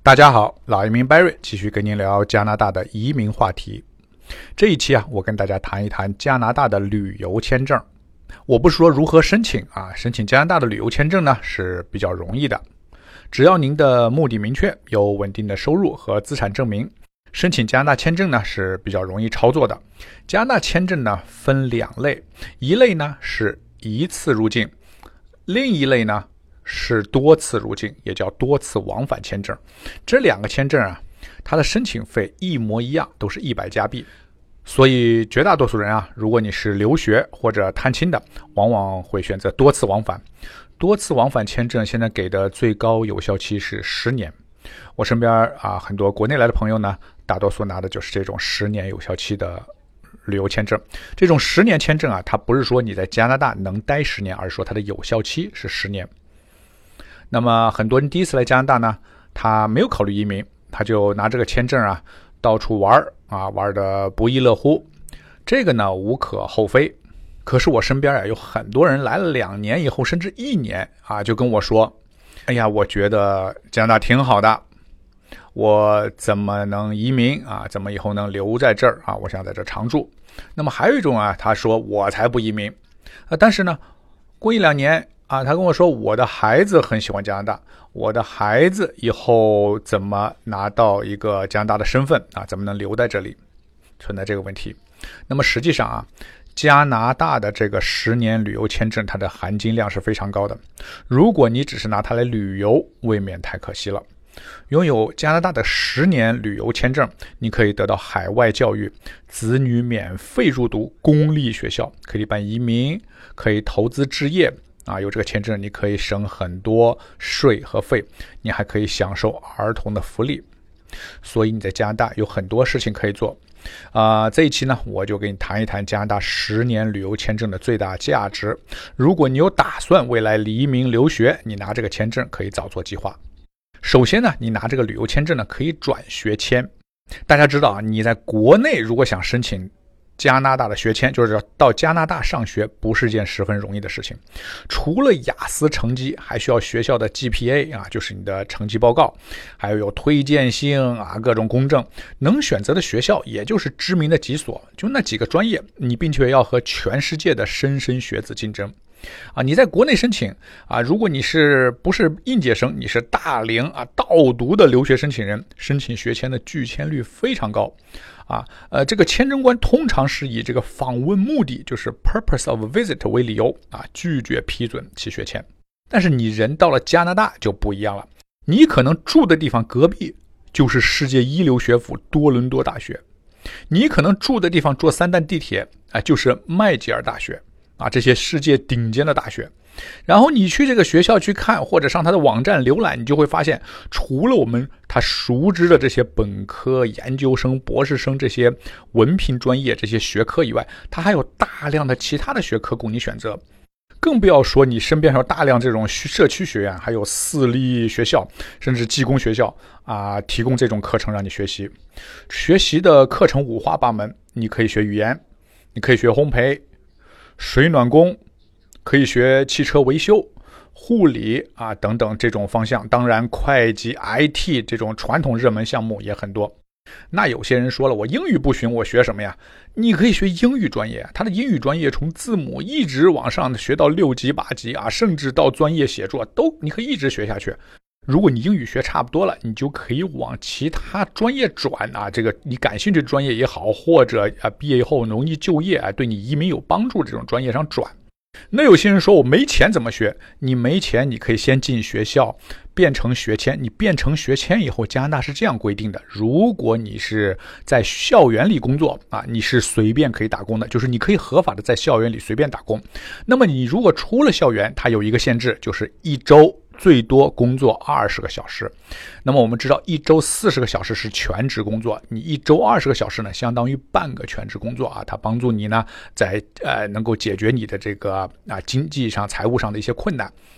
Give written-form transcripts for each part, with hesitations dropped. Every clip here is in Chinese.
大家好，老移民 Barry 继续跟您聊加拿大的移民话题。这一期我跟大家谈一谈加拿大的旅游签证。我不是说如何申请申请加拿大的旅游签证呢是比较容易的，只要您的目的明确，有稳定的收入和资产证明，申请加拿大签证呢是比较容易操作的。加拿大签证呢分两类，一类呢是一次入境，另一类呢是多次入境，也叫多次往返签证。这两个签证它的申请费一模一样，都是100加币。所以绝大多数人如果你是留学或者探亲的，往往会选择多次往返。多次往返签证现在给的最高有效期是10年。我身边很多国内来的朋友呢，大多数拿的就是这种10年有效期的旅游签证。这种10年签证它不是说你在加拿大能待10年，而是说它的有效期是10年。那么很多人第一次来加拿大呢，他没有考虑移民，他就拿这个签证到处玩玩得不亦乐乎。这个呢无可厚非。可是我身边有很多人来了2年以后，甚至1年就跟我说，哎呀，我觉得加拿大挺好的，我怎么能移民怎么以后能留在这儿我想在这常住。那么还有一种他说我才不移民但是呢过1-2年他跟我说我的孩子很喜欢加拿大，我的孩子以后怎么拿到一个加拿大的身份怎么能留在这里，存在这个问题。那么实际上加拿大的这个10年旅游签证，它的含金量是非常高的。如果你只是拿它来旅游，未免太可惜了。拥有加拿大的10年旅游签证，你可以得到海外教育，子女免费入读公立学校，可以办移民，可以投资置业有这个签证你可以省很多税和费，你还可以享受儿童的福利。所以你在加拿大有很多事情可以做这一期呢，我就给你谈一谈加拿大10年旅游签证的最大价值。如果你有打算未来移民留学，你拿这个签证可以早做计划。首先呢，你拿这个旅游签证呢可以转学签。大家知道你在国内如果想申请加拿大的学签，就是到加拿大上学，不是件十分容易的事情。除了雅思成绩，还需要学校的 GPA 就是你的成绩报告，还有推荐信各种公证。能选择的学校也就是知名的几所，就那几个专业，你并且要和全世界的莘莘学子竞争你在国内申请如果你不是应届生，你是大龄到读的留学申请人，申请学签的拒签率非常高这个签证官通常是以这个访问目的，就是 purpose of visit 为理由拒绝批准其学签。但是你人到了加拿大就不一样了，你可能住的地方隔壁就是世界一流学府多伦多大学，你可能住的地方坐3站地铁就是麦吉尔大学这些世界顶尖的大学。然后你去这个学校去看，或者上他的网站浏览，你就会发现，除了他熟知的这些本科、研究生、博士生这些文凭专业这些学科以外，他还有大量的其他的学科供你选择。更不要说你身边还有大量这种社区学院，还有私立学校，甚至技工学校提供这种课程让你学习。学习的课程五花八门，你可以学语言，你可以学烘焙、水暖工，可以学汽车维修、护理等等这种方向。当然会计 IT 这种传统热门项目也很多。那有些人说了，我英语不行，我学什么呀？你可以学英语专业，它的英语专业从字母一直往上学到6级8级甚至到专业写作你可以一直学下去。如果你英语学差不多了，你就可以往其他专业转这个你感兴趣的专业也好，或者毕业以后容易就业对你移民有帮助这种专业上转。那有些人说我没钱怎么学？你没钱，你可以先进学校变成学签。你变成学签以后，加拿大是这样规定的：如果你是在校园里工作你是随便可以打工的，就是你可以合法的在校园里随便打工。那么你如果出了校园，它有一个限制，就是1周最多工作20个小时。那么我们知道1周40个小时是全职工作，你1周20个小时呢，相当于半个全职工作它帮助你呢在能够解决你的这个经济上财务上的一些困难。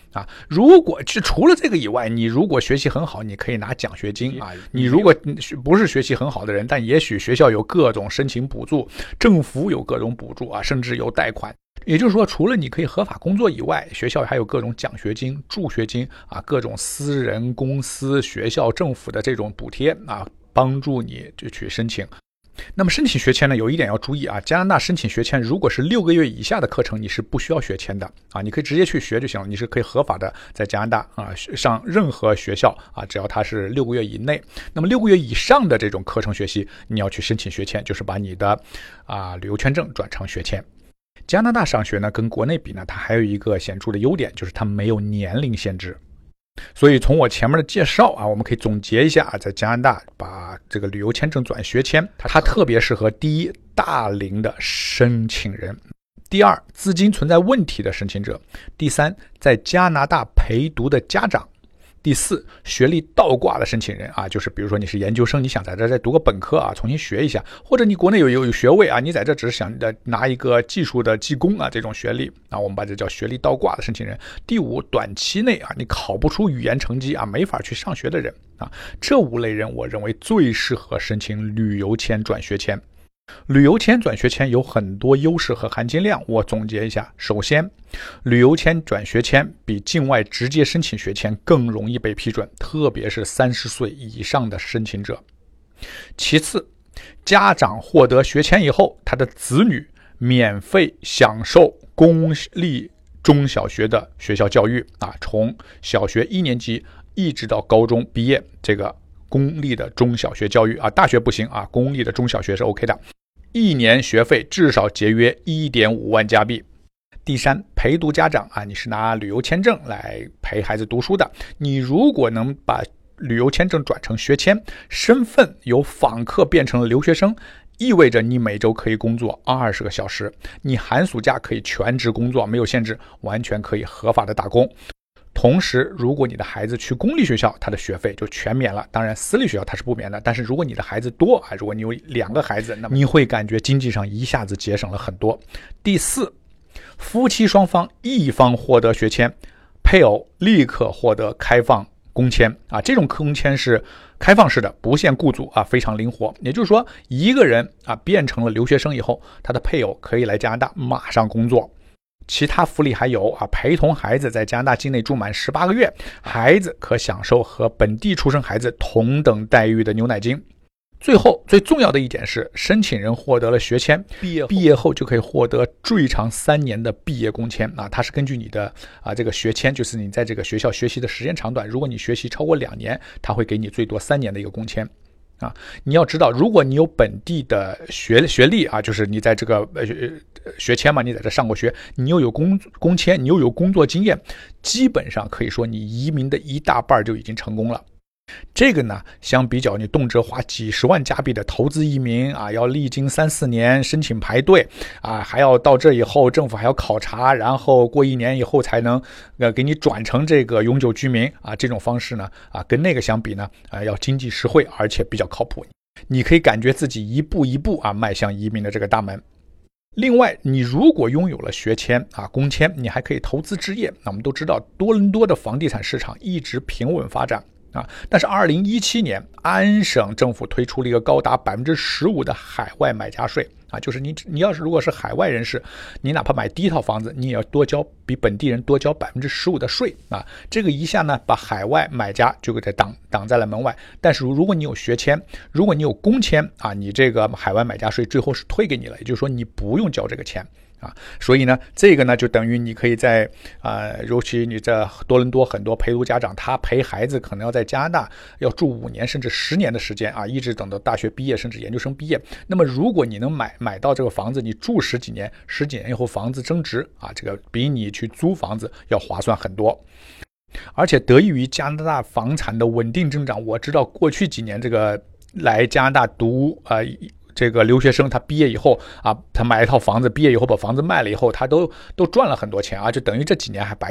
啊。如果除了这个以外，你如果学习很好，你可以拿奖学金啊。你如果不是学习很好的人，但也许学校有各种申请补助，政府有各种补助啊，甚至有贷款。也就是说，除了你可以合法工作以外，学校还有各种奖学金、助学金啊，各种私人公司、学校、政府的这种补贴啊，帮助你就去申请。那么申请学签呢，有一点要注意啊，加拿大申请学签，如果是6个月以下的课程，你是不需要学签的啊，你可以直接去学就行了，你是可以合法的在加拿大啊上任何学校啊，只要它是6个月以内。那么6个月以上的这种课程学习，你要去申请学签，就是把你的旅游签证转成学签。加拿大上学呢，跟国内比呢，它还有一个显著的优点，就是它没有年龄限制。所以从我前面的介绍啊，我们可以总结一下啊，在加拿大把这个旅游签证转学签，它特别适合第一，大龄的申请人；第二，资金存在问题的申请者；第三，在加拿大陪读的家长；第四，学历倒挂的申请人啊，就是比如说你是研究生，你想在这再读个本科啊，重新学一下，或者你国内有学位啊，你在这只是想拿一个技术的技工啊这种学历啊，我们把这叫学历倒挂的申请人。第五，短期内啊你考不出语言成绩啊，没法去上学的人啊，这5类人我认为最适合申请旅游签转学签。旅游签转学签有很多优势和含金量，我总结一下。首先，旅游签转学签比境外直接申请学签更容易被批准，特别是30岁以上的申请者。其次，家长获得学签以后，他的子女免费享受公立中小学的学校教育啊，从小学1年级一直到高中毕业，这个公立的中小学教育啊，大学不行啊，公立的中小学是 OK 的。1年学费至少节约 1.5 万加币。第三，陪读家长啊，你是拿旅游签证来陪孩子读书的，你如果能把旅游签证转成学签，身份由访客变成了留学生，意味着你每周可以工作20个小时，你寒暑假可以全职工作，没有限制，完全可以合法的打工。同时，如果你的孩子去公立学校，他的学费就全免了。当然，私立学校它是不免的。但是如果你的孩子多啊，如果你有2个孩子，那么你会感觉经济上一下子节省了很多。第四，夫妻双方一方获得学签，配偶立刻获得开放工签啊，这种工签是开放式的，不限雇主啊，非常灵活。也就是说，一个人啊变成了留学生以后，他的配偶可以来加拿大马上工作。其他福利还有啊，陪同孩子在加拿大境内住满18个月，孩子可享受和本地出生孩子同等待遇的牛奶金。最后最重要的一点是，申请人获得了学签，毕业后就可以获得最长3年的毕业工签啊，它是根据你的这个学签，就是你在这个学校学习的时间长短，如果你学习超过2年，它会给你最多3年的一个工签。啊，你要知道，如果你有本地的学历啊，就是你在这个学签嘛，你在这上过学，你又有工签，你又有工作经验，基本上可以说你移民的一大半就已经成功了。这个呢，相比较你动辄花几十万加币的投资移民啊，要历经3-4年申请排队啊，还要到这以后政府还要考察，然后过1年以后才能给你转成这个永久居民啊，这种方式呢跟那个相比呢要经济实惠，而且比较靠谱。你可以感觉自己一步一步迈向移民的这个大门。另外，你如果拥有了学签工签，你还可以投资置业。那我们都知道，多伦多的房地产市场一直平稳发展。但是2017年，安省政府推出了一个高达 15% 的海外买家税就是你要是如果是海外人士，你哪怕买第一套房子，你也要多交比本地人多交 15% 的税这个一下呢，把海外买家就给它挡在了门外。但是如果你有学签，如果你有工签你这个海外买家税最后是退给你了，也就是说你不用交这个钱。所以呢，这个呢就等于你可以在尤其你在多伦多很多陪读家长，他陪孩子可能要在加拿大要住5年甚至10年的时间一直等到大学毕业甚至研究生毕业。那么如果你能买到这个房子，你住10几年以后房子增值这个比你去租房子要划算很多。而且得益于加拿大房产的稳定增长，我知道过去几年这个来加拿大读这个留学生他毕业以后他买一套房子，毕业以后把房子卖了以后，他都赚了很多钱就等于这几年还白住了。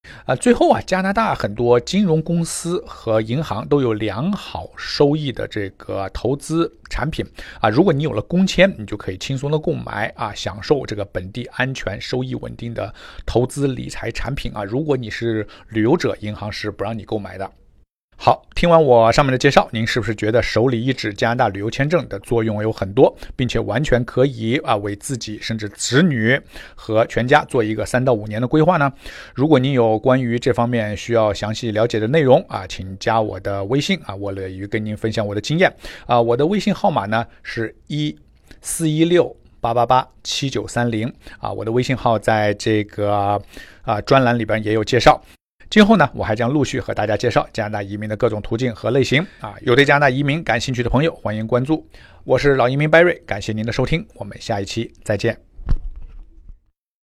最后啊，加拿大很多金融公司和银行都有良好收益的这个投资产品啊。如果你有了工签，你就可以轻松的购买啊，享受这个本地安全、收益稳定的投资理财产品啊。如果你是旅游者，银行是不让你购买的。好，听完我上面的介绍，您是不是觉得手里一纸加拿大旅游签证的作用有很多，并且完全可以为自己甚至子女和全家做一个3到5年的规划呢？如果您有关于这方面需要详细了解的内容请加我的微信我乐于跟您分享我的经验我的微信号码呢是1416888790我的微信号在这个专栏里边也有介绍。今后呢，我还将陆续和大家介绍加拿大移民的各种途径和类型有对加拿大移民感兴趣的朋友，欢迎关注。我是老移民 Barry， 感谢您的收听，我们下一期再见。